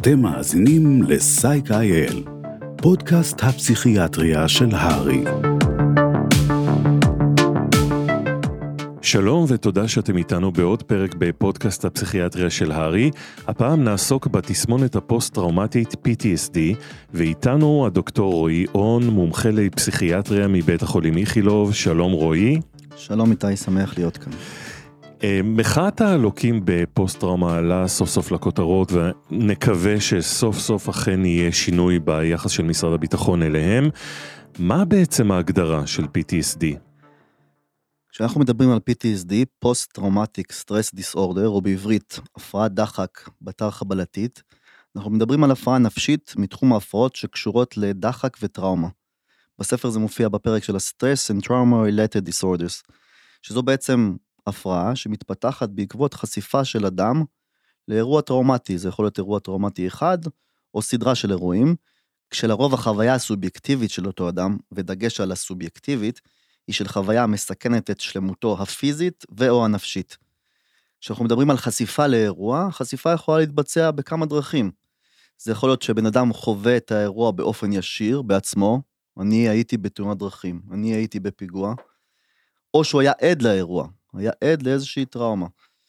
אתם מאזינים ל-Psych.il, פודקאסט הפסיכיאטריה של הרי. שלום ותודה שאתם איתנו בעוד פרק בפודקאסט הפסיכיאטריה של הרי. הפעם נעסוק בתסמונת הפוסט-טראומטית PTSD, ואיתנו הדוקטור רועי און, מומחה לפסיכיאטריה מבית החולים איכילוב. שלום רועי. שלום איתי, שמח להיות כאן. מחאת הלוקים בפוסט-טראומה עלה סוף סוף לכותרות, ונקווה שסוף סוף אכן יהיה שינוי ביחס של משרד הביטחון אליהם. מה בעצם ההגדרה של PTSD? כשאנחנו מדברים על PTSD, Post-Traumatic Stress Disorder, או בעברית, הפרעת דחק בתר-חבלתית, אנחנו מדברים על הפרעה נפשית מתחום ההפרעות שקשורות לדחק וטראומה. בספר זה מופיע בפרק של ה-Stress and Trauma Related Disorders, שזו בעצם הפרעה שמתפתחת בעקבות חשיפה של אדם לאירוע טראומטי. זה יכול להיות אירוע טראומטי אחד, או סדרה של אירועים, כשלרוב החוויה הסובייקטיבית של אותו אדם, ודגש על הסובייקטיבית, היא של חוויה מסכנת את שלמותו הפיזית ואו הנפשית. כשאנחנו מדברים על חשיפה לאירוע, חשיפה יכולה להתבצע בכמה דרכים. זה יכול להיות שבן אדם חווה את האירוע באופן ישיר בעצמו, אני הייתי בתאונת דרכים, אני הייתי בפיגוע, או שהוא היה עד לאירוע, היה עד לאיזושהי טראומה.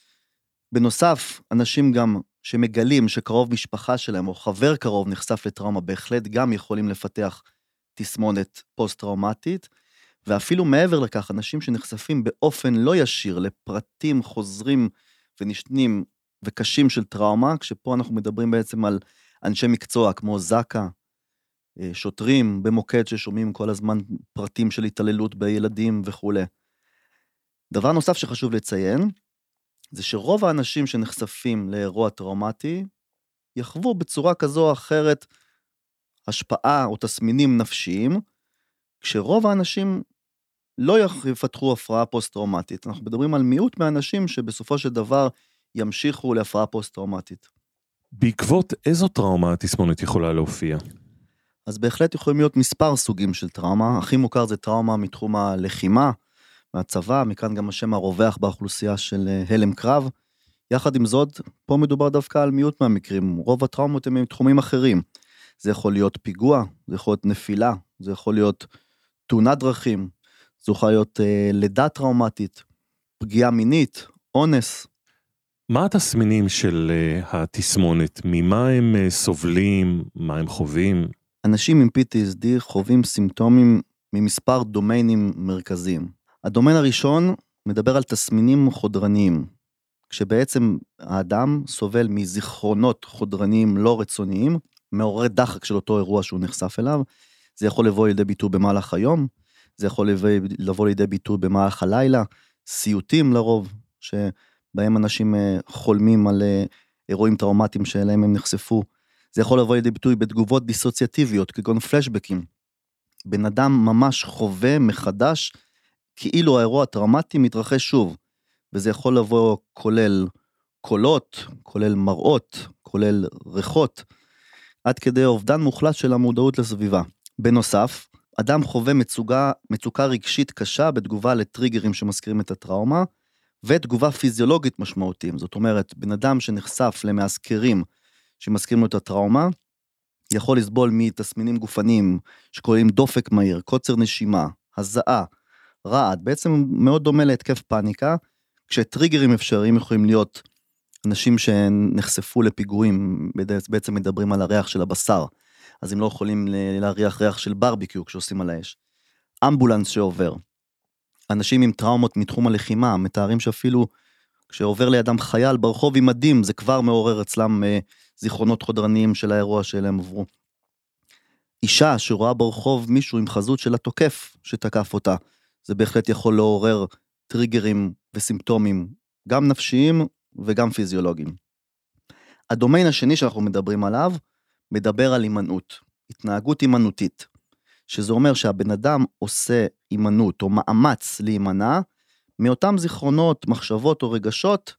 בנוסף, אנשים גם שמגלים שקרוב משפחה שלהם, או חבר קרוב נחשף לטראומה, בהחלט גם יכולים לפתח תסמונת פוסט-טראומטית, ואפילו מעבר לכך, אנשים שנחשפים באופן לא ישיר לפרטים חוזרים ונשנים וקשים של טראומה, כשפה אנחנו מדברים בעצם על אנשי מקצוע כמו זקה, שוטרים במוקד ששומעים כל הזמן פרטים של התעללות בילדים וכו'. דבר נוסף שחשוב לציין, זה שרוב האנשים שנחשפים לאירוע טראומטי, יחוו בצורה כזו או אחרת השפעה או תסמינים נפשיים, כשרוב האנשים לא יפתחו הפרעה פוסט-טראומטית. אנחנו מדברים על מיעוט מהאנשים שבסופו של דבר ימשיכו להפרעה פוסט-טראומטית. בעקבות איזו טראומה התסמונת יכולה להופיע? אז בהחלט יכולים להיות מספר סוגים של טראומה. הכי מוכר זה טראומה מתחום הלחימה, מהצבא, מכאן גם השם הרווח באוכלוסייה של הלם קרב. יחד עם זאת, פה מדובר דווקא על מיעוט מהמקרים. רוב הטראומות הם מתחומים אחרים. זה יכול להיות פיגוע, זה יכול להיות נפילה, זה יכול להיות תאונת דרכים, זה יכול להיות לידה טראומטית, פגיעה מינית, אונס. מה התסמינים של התסמונת? ממה הם סובלים? מה הם חווים? אנשים עם PTSD חווים סימפטומים ממספר דומיינים מרכזיים. הדומיין הראשון מדבר על תסמינים חודרניים, כשבעצם האדם סובל מזיכרונות חודרניים לא רצוניים, מעוררי דחק של אותו אירוע שהוא נחשף אליו. זה יכול לבוא לידי ביטוי במהלך היום, זה יכול לבוא לידי ביטוי במהלך הלילה, סיוטים לרוב, שבהם אנשים חולמים על אירועים טראומטיים שאליהם הם נחשפו. זה יכול לבוא לידי ביטוי בתגובות דיסוציאטיביות, כגון פלשבקים. בן אדם ממש חווה מחדש, כאילו האירוע הטראומטי מתרחש שוב, וזה יכול לבוא כולל קולות, כולל מראות, כולל ריחות, עד כדי אובדן מוחלט של המודעות לסביבה. בנוסף, אדם חווה מצוקה רגשית קשה בתגובה לטריגרים שמזכירים את הטראומה, ותגובה פיזיולוגית משמעותיים. זאת אומרת, בן אדם שנחשף למאזכרים שמזכירים לו את הטראומה, יכול לסבול מתסמינים גופניים שכוללים דופק מהיר, קוצר נשימה, הזעה, רעד, בעצם מאוד דומה להתקף פאניקה, כשטריגרים אפשריים יכולים להיות אנשים שנחשפו לפיגועים, בעצם מדברים על הריח של הבשר, אז הם לא יכולים להריח ריח של ברביקיו כשעושים על האש. אמבולנס שעובר. אנשים עם טראומות מתחום הלחימה, מתארים שאפילו כשעובר לידם חייל ברחוב עם מדים, זה כבר מעורר אצלם זיכרונות חודרניים של האירוע שאליהם עברו. אישה שרואה ברחוב מישהו עם חזות של התוקף שתקף אותה, זה בהחלט יכול לעורר טריגרים וסימפטומים, גם נפשיים וגם פיזיולוגיים. הדומיין השני שאנחנו מדברים עליו, מדבר על הימנעות, התנהגות הימנעותית, שזה אומר שהבן אדם עושה הימנעות או מאמץ להימנע, מאותם זיכרונות, מחשבות או רגשות,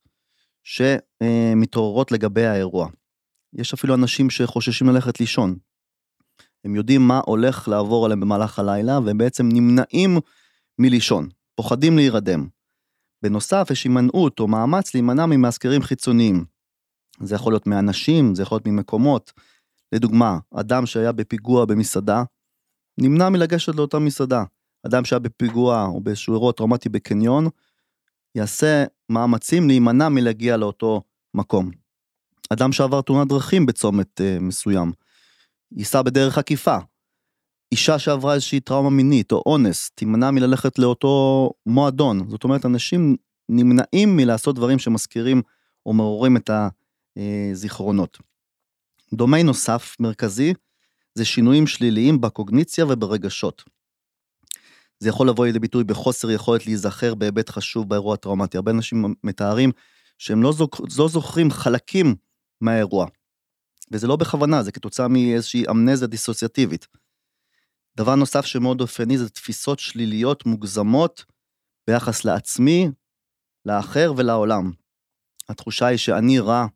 שמתעוררות לגבי האירוע. יש אפילו אנשים שחוששים ללכת לישון, הם יודעים מה הולך לעבור עליהם במהלך הלילה, והם בעצם נמנעים מלישון, פוחדים להירדם. בנוסף, יש הימנעות או מאמץ להימנע ממאזכרים חיצוניים. זה יכול להיות מאנשים, זה יכול להיות ממקומות. לדוגמה, אדם שהיה בפיגוע במסעדה, נמנע מלגשת לאותה מסעדה. אדם שהיה בפיגוע או באיזשהו אירוע טראומטי בקניון, יעשה מאמצים להימנע מלהגיע לאותו מקום. אדם שעבר תאונת דרכים בצומת מסוים, ייסע בדרך עקיפה. אישה שעברה איזושהי טראומה מינית או אונס, תימנע מללכת לאותו מועדון. זאת אומרת, אנשים נמנעים מלעשות דברים שמזכירים או מעוררים את הזיכרונות. דומיין נוסף מרכזי, זה שינויים שליליים בקוגניציה וברגשות. זה יכול לבוא לידי ביטוי בחוסר יכולת להיזכר בהיבט חשוב באירוע הטראומטי. הרבה אנשים מתארים שהם לא זוכרים חלקים מהאירוע. וזה לא בכוונה, זה כתוצאה מאיזושהי אמנזיה דיסוציאטיבית. דבר נוסף שמאוד אופייני זה תפיסות שליליות מוגזמות ביחס לעצמי, לאחר ולעולם. התחושה היא שאני רע,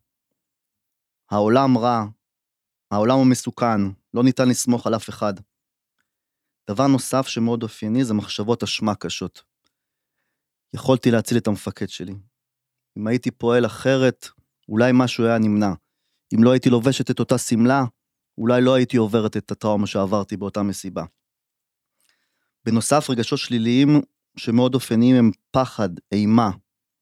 העולם רע, העולם הוא מסוכן, לא ניתן לסמוך על אף אחד. דבר נוסף שמאוד אופייני זה מחשבות אשמה קשות. יכולתי להציל את המפקד שלי. אם הייתי פועל אחרת, אולי משהו היה נמנע. אם לא הייתי לובשת את אותה סמלה, אולי לא הייתי עוברת את הטראומה שעברתי באותה מסיבה. בנוסף, רגשות שליליים שמאוד אופיינים הם פחד, אימה,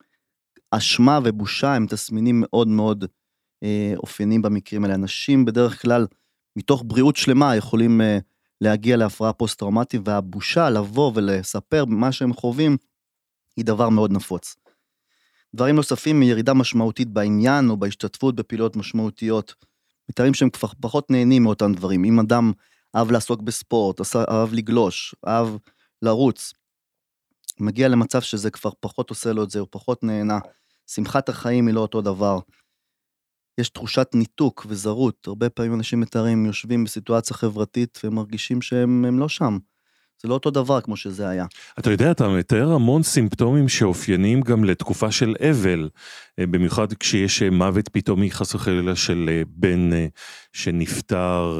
אשמה ובושה הם תסמינים מאוד מאוד אופיינים במקרים האלה. אנשים בדרך כלל מתוך בריאות שלמה יכולים להגיע להפרעה פוסט-טראומטית, והבושה לבוא ולספר מה שהם חווים היא דבר מאוד נפוץ. דברים נוספים מירידה משמעותית בעניין או בהשתתפות בפעילויות משמעותיות, מתארים שהם כבר פחות נהנים מאותם דברים. אם אדם אהב לעסוק בספורט, אהב לגלוש, אהב לרוץ, מגיע למצב שזה כבר פחות עושה לו את זה, הוא פחות נהנה, שמחת החיים היא לא אותו דבר. יש תחושת ניתוק וזרות, הרבה פעמים אנשים מתארים יושבים בסיטואציה חברתית ומרגישים שהם לא שם. זה לא אותו דבר כמו שזה היה. אתה יודע, אתה מתאר המון סימפטומים שאופיינים גם לתקופה של אבל, במיוחד כשיש מוות פתאומי חס וחלילה של בן שנפטר,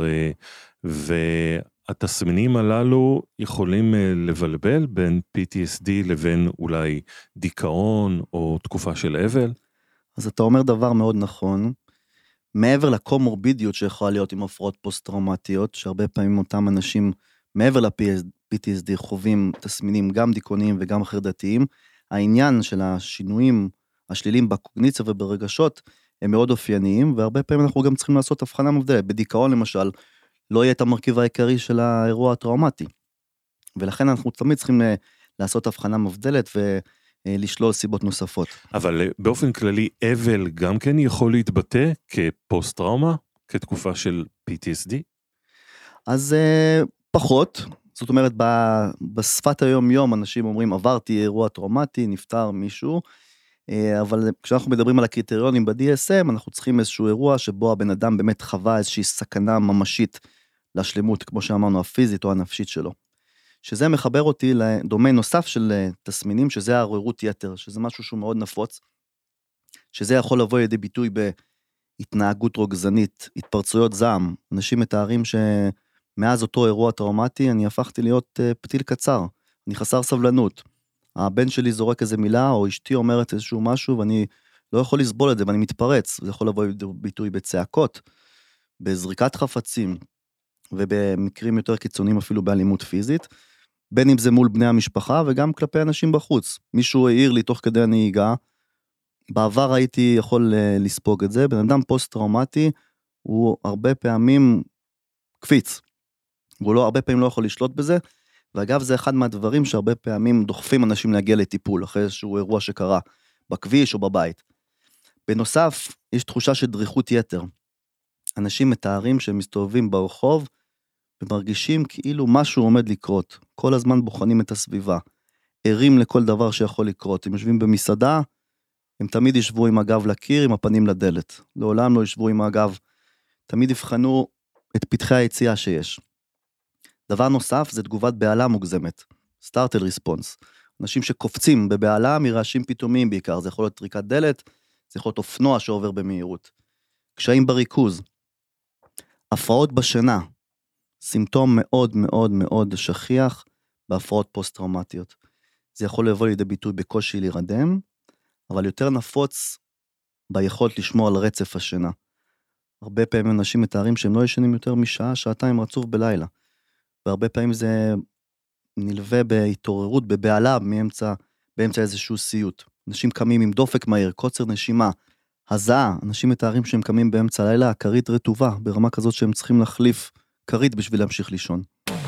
והתסמינים הללו יכולים לבלבל בין PTSD לבין אולי דיכאון או תקופה של אבל. אז אתה אומר דבר מאוד נכון, מעבר לקומורבידיות שיכולה להיות עם הפרעות פוסט-טראומטיות, שהרבה פעמים אותם אנשים מעבר ל-PTSD חווים תסמינים גם דיכאוניים וגם חרדתיים, העניין של השינויים השליליים בקוגניציה וברגשות הם מאוד אופייניים, והרבה פעמים אנחנו גם צריכים לעשות הבחנה מבדלת. בדיכאון למשל, לא יהיה את המרכיב העיקרי של האירוע הטראומטי, ולכן אנחנו תמיד צריכים לעשות הבחנה מבדלת ולשלול סיבות נוספות. אבל באופן כללי, אבל גם כן יכול להתבטא כפוסט-טראומה, כתקופה של PTSD? אז פחות, זאת אומרת, בשפת היום-יום אנשים אומרים, עברתי אירוע טראומטי, נפטר מישהו, אבל כשאנחנו מדברים על הקריטריונים ב-DSM, אנחנו צריכים איזשהו אירוע שבו הבן אדם באמת חווה איזושהי סכנה ממשית לשלמות, כמו שאמרנו, הפיזית או הנפשית שלו. שזה מחבר אותי לדומיין נוסף של תסמינים, שזה העוררות יתר, שזה משהו שהוא מאוד נפוץ, שזה יכול לבוא לידי ביטוי בהתנהגות רוגזנית, התפרצויות זעם. אנשים מתארים שמאז אותו אירוע טראומטי, אני הפכתי להיות פתיל קצר, אני חסר סבלנות. הבן שלי זורק איזה מילה, או אשתי אומרת איזשהו משהו, ואני לא יכול לסבול את זה, ואני מתפרץ. זה יכול לבוא ביטוי בצעקות, בזריקת חפצים, ובמקרים יותר קיצוניים אפילו באלימות פיזית, בין אם זה מול בני המשפחה, וגם כלפי אנשים בחוץ. מישהו העיר לי תוך כדי הנהיגה, בעבר הייתי יכול לספוג את זה, בן אדם פוסט-טראומטי, הוא הרבה פעמים קפיץ, והוא הרבה פעמים לא יכול לשלוט בזה, ואגב זה אחד מהדברים שהרבה פעמים דוחפים אנשים להגיע לטיפול, אחרי איזשהו אירוע שקרה, בכביש או בבית. בנוסף, יש תחושה של דריכות יתר. אנשים מתארים שהם מסתובבים ברחוב, ומרגישים כאילו משהו עומד לקרות. כל הזמן בוחנים את הסביבה. ערים לכל דבר שיכול לקרות. הם יושבים במסעדה, הם תמיד ישבו עם הגב לקיר, עם הפנים לדלת. לעולם לא ישבו עם הגב. תמיד יבחנו את פתחי היציאה שיש. דבר נוסף זה תגובת בעלה מוגזמת. Startle response. אנשים שקופצים בבעלה מרעשים פתאומיים בעיקר. זה יכול להיות טריקת דלת, זה יכול להיות אופנוע שעובר במהירות. קשיים בריכוז. הפרעות בשינה. סימפטום מאוד מאוד מאוד שכיח בהפרעות פוסט-טראומטיות. זה יכול לבוא לידי ביטוי בקושי להירדם, אבל יותר נפוץ ביכולת לשמור על רצף השינה. הרבה פעמים אנשים מתארים שהם לא ישנים יותר משעה, שעתיים רצוף בלילה. והרבה פעמים זה נלווה בהתעוררות, בבעלה, באמצע איזשהו סיוט. אנשים קמים עם דופק מהיר, קוצר נשימה, הזעה, אנשים מתארים שהם קמים באמצע הלילה, הכרית רטובה, ברמה כזאת שהם צריכים להחליף כרית בשביל להמשיך לישון.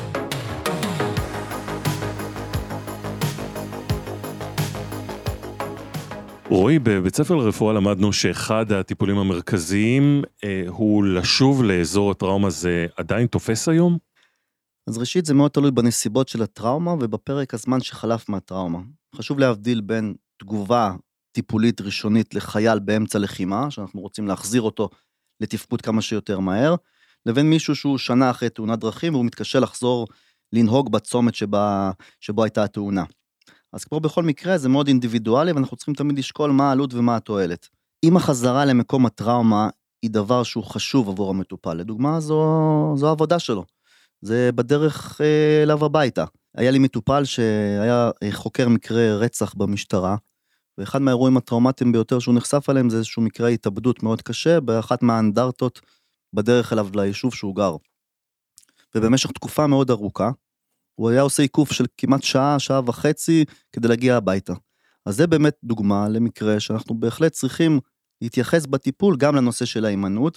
רועי, בבית ספר לרפואה למדנו שאחד הטיפולים המרכזיים הוא לשוב לאזור הטראומה. זה עדיין תופס היום? אז ראשית זה מאוד תלוי בנסיבות של הטראומה ובפרק הזמן שחלף מהטראומה. חשוב להבדיל בין תגובה טיפולית ראשונית לחייל באמצע לחימה, שאנחנו רוצים להחזיר אותו לתפקוד כמה שיותר מהר, לבין מישהו שהוא שנה אחרי תאונת דרכים והוא מתקשה לחזור לנהוג בצומת שבו הייתה התאונה. אז כמו בכל מקרה זה מאוד אינדיבידואלי ואנחנו צריכים תמיד לשקול מה העלות ומה התועלת. אם החזרה למקום הטראומה היא דבר שהוא חשוב עבור המטופל, לדוגמה זו העבודה שלו. זה בדרך אליו הביתה. היה לי מטופל שהיה חוקר מקרה רצח במשטרה, ואחד מהאירועים הטראומטיים ביותר שהוא נחשף עליהם, זה איזשהו מקרה התאבדות מאוד קשה, באחת מהאנדרטות בדרך אליו ליישוב שהוא גר. ובמשך תקופה מאוד ארוכה, הוא היה עושה עיקוף של כמעט שעה וחצי, כדי להגיע הביתה. אז זה באמת דוגמה למקרה שאנחנו בהחלט צריכים להתייחס בטיפול גם לנושא של ההימנעות.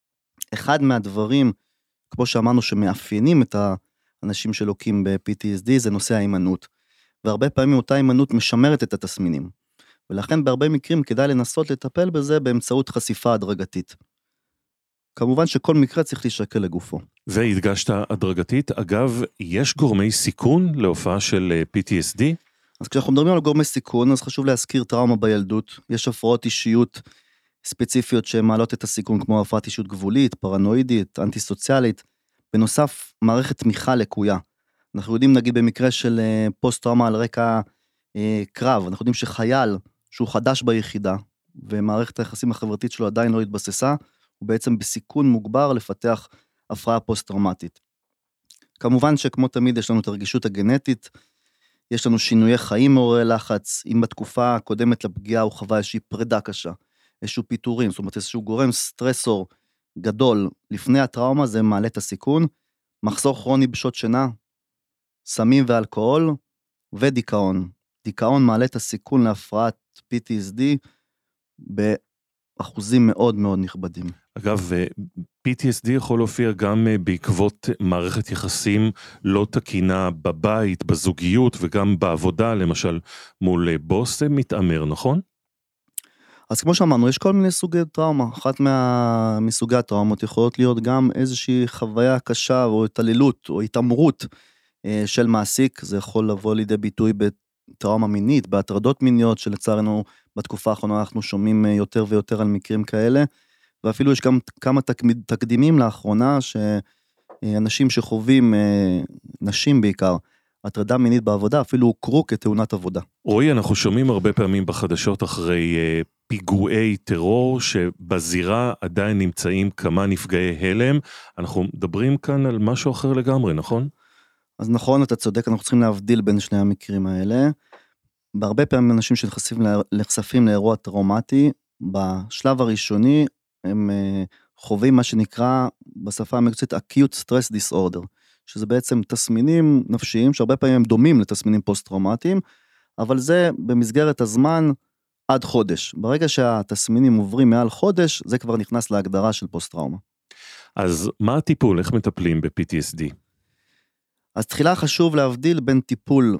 אחד מהדברים כמו שאמרנו שמאפיינים את האנשים שלוקים ב-PTSD, זה נושא ההימנעות. והרבה פעמים אותה הימנעות משמרת את התסמינים. ולכן בהרבה מקרים כדאי לנסות לטפל בזה באמצעות חשיפה הדרגתית. כמובן שכל מקרה צריך להישקל לגופו. והדגשת הדרגתית, אגב, יש גורמי סיכון להופעה של PTSD? אז כשאנחנו מדברים על גורמי סיכון, אז חשוב להזכיר טראומה בילדות, יש הפרעות אישיות ספציפיות שמעלות את הסיכון, כמו הפרעת אישיות גבולית, פרנואידית, אנטי-סוציאלית, בנוסף מערכת תמיכה לקויה. אנחנו יודעים נגיד במקרה של פוסט-טראומה על רקע קרב, אנחנו יודעים שחייל שהוא חדש ביחידה, ומערכת היחסים החברתית שלו עדיין לא התבססה, הוא בעצם בסיכון מוגבר לפתח הפרעה פוסט-טראומטית. כמובן שכמו תמיד יש לנו את הרגישות הגנטית, יש לנו שינויי חיים מעוררי לחץ, אם בתקופה הקודמת לפגיעה הוא חווה איזושהי פרידה קשה, איזשהו פיטורים, זאת אומרת איזשהו גורם סטרסור גדול לפני הטראומה, זה מעלה את הסיכון, מחסור כרוני בשעות שינה, סמים ואלכוהול ודיכאון. דיכאון מעלה את הסיכון להפרעת PTSD באחוזים מאוד מאוד נכבדים. אגב, PTSD יכול להופיע גם בעקבות מערכת יחסים לא תקינה בבית, בזוגיות וגם בעבודה, למשל מול בוס מתאמר, נכון? אז כמו שאמרנו, יש כל מיני סוגי טראומה. אחת מסוגי הטראומות יכולות להיות גם איזושהי חוויה קשה או התעללות או התאמרות של מעסיק. זה יכול לבוא לידי ביטוי בטראומה מינית, בהטרדות מיניות, שלצערנו בתקופה האחרונה אנחנו שומעים יותר ויותר על מקרים כאלה. ואפילו יש גם כמה תקדימים לאחרונה שאנשים שחווים, נשים בעיקר, הטרדה מינית בעבודה, אפילו הוכרו כתאונת עבודה. רועי, אנחנו שומעים הרבה פעמים בחדשות אחרי פיגועי טרור, שבזירה עדיין נמצאים כמה נפגעי הלם. אנחנו מדברים כאן על משהו אחר לגמרי, נכון? אז נכון, אתה צודק, אנחנו צריכים להבדיל בין שני המקרים האלה. בהרבה פעמים אנשים שנחשפים לאירוע טראומטי, בשלב הראשוני הם חווים מה שנקרא בשפה המקצועית acute stress disorder, שזה בעצם תסמינים נפשיים, שהרבה פעמים הם דומים לתסמינים פוסט-טראומטיים, אבל זה במסגרת הזמן עד חודש. ברגע שהתסמינים עוברים מעל חודש, זה כבר נכנס להגדרה של פוסט-טראומה. אז מה הטיפול? איך מטפלים ב-PTSD? אז תחילה חשוב להבדיל בין טיפול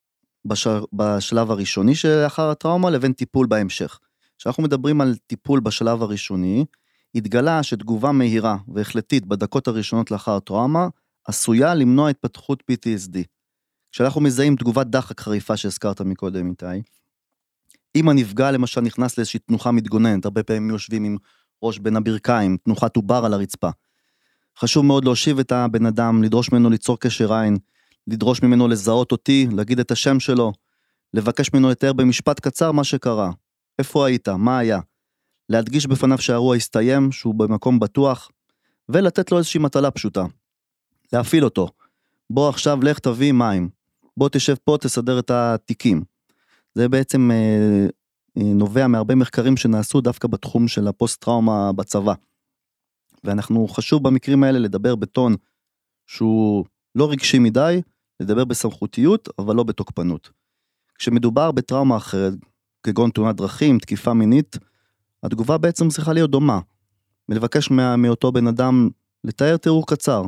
בשלב הראשוני שלאחר הטראומה, לבין טיפול בהמשך. כשאנחנו מדברים על טיפול בשלב הראשוני, התגלה שתגובה מהירה והחלטית בדקות הראשונות לאחר טראומה, עשויה למנוע התפתחות PTSD. כשאנחנו מזהים תגובת דחק חריפה שהזכרת מקודם איתי, אם הנפגע למשל נכנס לאיזושהי תנוחה מתגוננת, הרבה פעמים יושבים עם ראש בין הברכיים, תנוחת עובר על הרצפה. חשוב מאוד להושיב את הבן אדם, לדרוש ממנו ליצור קשר עין, לדרוש ממנו לזהות אותי, להגיד את השם שלו, לבקש ממנו לתאר במשפט קצר מה שקרה, איפה היית, מה היה, להדגיש בפניו שהאירוע הסתיים, שהוא במקום בטוח, ולתת לו איזושהי מטלה פשוטה, להפעיל אותו, בוא עכשיו לך תביא מים, בוא תשב פה תסדר את התיקים, זה בעצם נובע מהרבה מחקרים שנעשו דווקא בתחום של הפוסט-טראומה בצבא. ואנחנו חשוב במקרים האלה לדבר בטון שהוא לא רגשי מדי, לדבר בסמכותיות, אבל לא בתוקפנות. כשמדובר בטראומה אחרת, כגון תאונת דרכים, תקיפה מינית, התגובה בעצם צריכה להיות דומה, ולבקש מאותו בן אדם לתאר תיאור קצר,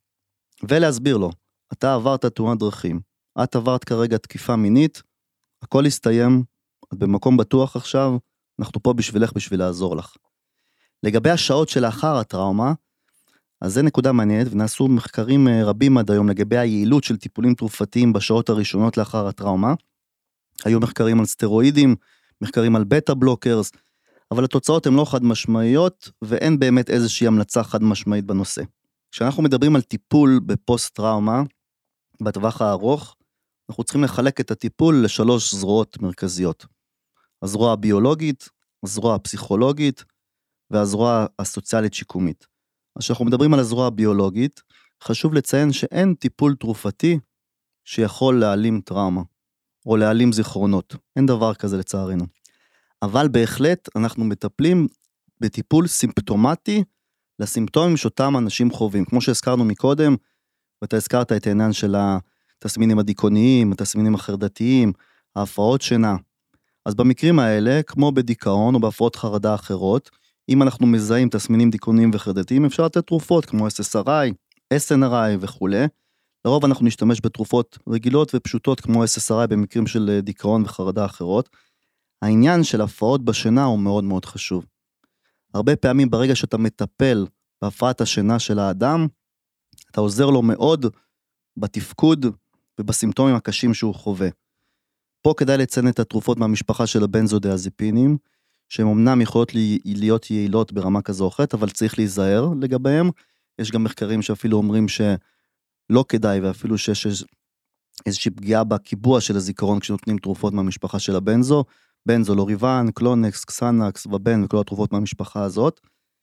ולהסביר לו, אתה עברת תאונת דרכים, את עברת כרגע תקיפה מינית, הכל הסתיים, את במקום בטוח עכשיו, אנחנו פה בשבילך בשביל לעזור לך. לגבי השעות שלאחר הטראומה, אז זה נקודה מעניינת, ונעשו מחקרים רבים עד היום לגבי היעילות של טיפולים תרופתיים בשעות הראשונות לאחר הטראומה. היו מחקרים על סטרואידים, מחקרים על בטה בלוקרס, אבל התוצאות הן לא חד משמעיות, ואין באמת איזושהי המלצה חד משמעית בנושא. כשאנחנו מדברים על טיפול בפוסט טראומה, בטווח הארוך, אנחנו צריכים לחלק את הטיפול לשלוש זרועות מרכזיות. הזרוע הביולוגית, הזרוע הפסיכולוגית, והזרוע הסוציאלית שיקומית. אז כשאנחנו מדברים על הזרוע הביולוגית, חשוב לציין שאין טיפול תרופתי שיכול להעלים טראומה, או להעלים זיכרונות. אין דבר כזה לצערנו. אבל בהחלט אנחנו מטפלים בטיפול סימפטומטי לסימפטומים שאותם אנשים חווים. כמו שהזכרנו מקודם, ואתה הזכרת את העניין של התסמינים הדיכאוניים, התסמינים החרדתיים, ההפרעות שינה. אז במקרים האלה, כמו בדיכאון או בהפרעות חרדה אחרות, אם אנחנו מזהים תסמינים דיכאוניים וחרדתיים, אפשר לתת תרופות כמו SSRI, SNRI וכו'. לרוב אנחנו נשתמש בתרופות רגילות ופשוטות כמו SSRI במקרים של דיכאון וחרדה אחרות. העניין של הפרעות בשינה הוא מאוד מאוד חשוב. הרבה פעמים ברגע שאתה מטפל בהפרעת השינה של האדם, אתה עוזר לו מאוד בתפקוד ובסימפטומים הקשים שהוא חווה. פה כדאי לציין את התרופות מהמשפחה של הבנזודיאזפינים, שהן אמנם יכולות להיות יעילות ברמה כזו או אחרת, אבל צריך להיזהר לגביהם. יש גם מחקרים שאפילו אומרים שלא כדאי, ואפילו שיש איזושהי פגיעה בקיבוע של הזיכרון, כשנותנים תרופות מהמשפחה של הבנזו, בנזולוריבן, קלונקס, קסנקס ובן, וכל התרופות מהמשפחה הזאת.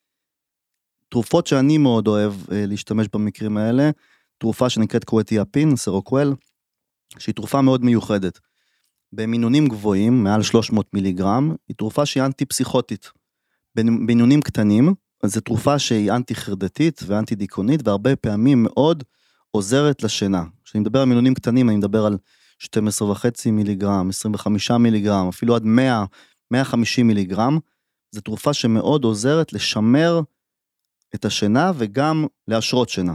תרופות שאני מאוד אוהב להשתמש במקרים האלה, תרופה שנקראת קוואטיאפין, סרוקוול, שהיא תרופה מאוד מיוחדת. במינונים גבוהים, מעל 300 מיליגרם, היא תרופה שהיא אנטי-פסיכוטית. במינונים קטנים, אז זו תרופה שהיא אנטי-חרדתית ואנטי-דיכאונית, והרבה פעמים מאוד עוזרת לשינה. כשאני מדבר על מינונים קטנים, אני מדבר על 12.5 מיליגרם, 25 מיליגרם, אפילו עד 100, 150 מיליגרם. זו תרופה שמאוד עוזרת לשמר את השינה וגם להשרות שינה.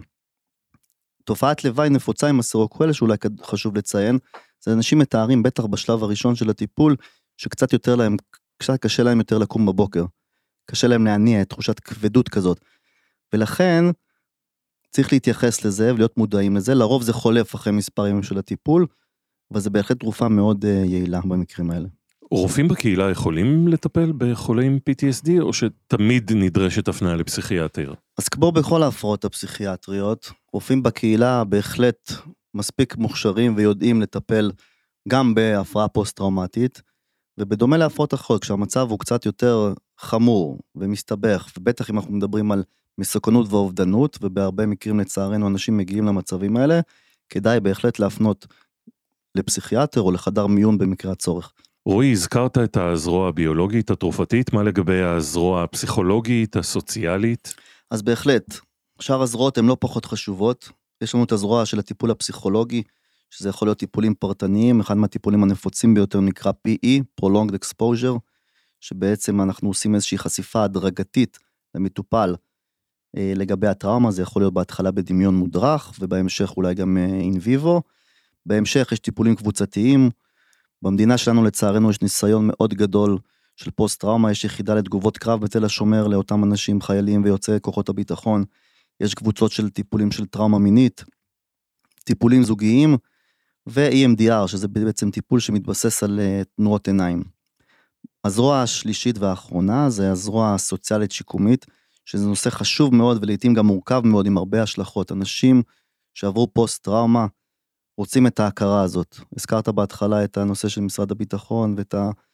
תופעת לוואי נפוצה עם הסרוקוול, שאולי חשוב לציין, זה אנשים מתארים בטח בשלב הראשון של הטיפול, שקצת יותר להם, קצת קשה להם יותר לקום בבוקר. קשה להם להניע את תחושת כבדות כזאת. ולכן צריך להתייחס לזה ולהיות מודעים לזה. לרוב זה חולף אחרי מספר ימים של הטיפול, אבל זה בהחלט תרופה מאוד יעילה במקרים האלה. רופאים בקהילה יכולים לטפל בחולי עם PTSD, או שתמיד נדרשת הפניה לפסיכיאטר? אז כמו בכל ההפרעות הפסיכיאטריות, רופאים בקהילה בהחלט מספיק מוכשרים ויודעים לטפל גם בהפרעה פוסט-טראומטית, ובדומה להפרעות אחרות, כשהמצב הוא קצת יותר חמור ומסתבך, ובטח אם אנחנו מדברים על מסוכנות ואובדנות, ובהרבה מקרים לצערנו אנשים מגיעים למצבים האלה, כדאי בהחלט להפנות לפסיכיאטר או לחדר מיון במקרה הצורך. רועי, הזכרת את הזרוע הביולוגית, התרופתית, מה לגבי הזרוע הפסיכולוגית, הסוציאלית? אז בהחלט, שאר הזרועות הן לא פחות חשובות, יש לנו את הזרוע של הטיפול הפסיכולוגי, שזה יכול להיות טיפולים פרטניים, אחד מהטיפולים הנפוצים ביותר נקרא PE, Prolonged Exposure, שבעצם אנחנו עושים איזושהי חשיפה הדרגתית למטופל לגבי הטראומה, זה יכול להיות בהתחלה בדמיון מודרך, ובהמשך אולי גם אין ויבו, בהמשך יש טיפולים קבוצתיים, במדינה שלנו לצערנו יש ניסיון מאוד גדול של פוסט-טראומה, יש יחידה לתגובות קרב בתל השומר לאותם אנשים, חיילים ויוצאי כוחות הביטחון, יש קבוצות של טיפולים של טראומה מינית, טיפולים זוגיים, ו-EMDR, שזה בעצם טיפול שמתבסס על תנועות עיניים. הזרוע השלישית והאחרונה, זה הזרוע הסוציאלית שיקומית, שזה נושא חשוב מאוד, ולעיתים גם מורכב מאוד עם הרבה השלכות. אנשים שעברו פוסט-טראומה, רוצים את ההכרה הזאת. הזכרת בהתחלה את הנושא של משרד הביטחון, ואת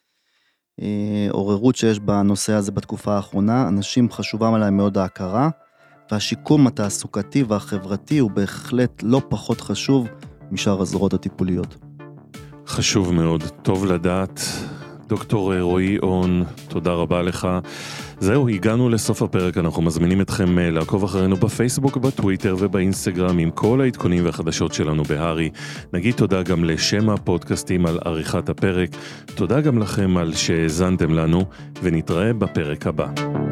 העוררות שיש בנושא הזה בתקופה האחרונה. אנשים חשובה עליהם מאוד ההכרה, והשיקום התעסוקתי והחברתי הוא בהחלט לא פחות חשוב משאר הזרועות הטיפוליות. חשוב מאוד, טוב לדעת. דוקטור רועי און, תודה רבה לך. זהו, הגענו לסוף הפרק, אנחנו מזמינים אתכם לעקוב אחרינו בפייסבוק, בטוויטר ובאינסטגרם עם כל העדכונים והחדשות שלנו בהרי. נגיד תודה גם לשם הפודקאסטים על עריכת הפרק, תודה גם לכם על שהזנתם לנו, ונתראה בפרק הבא.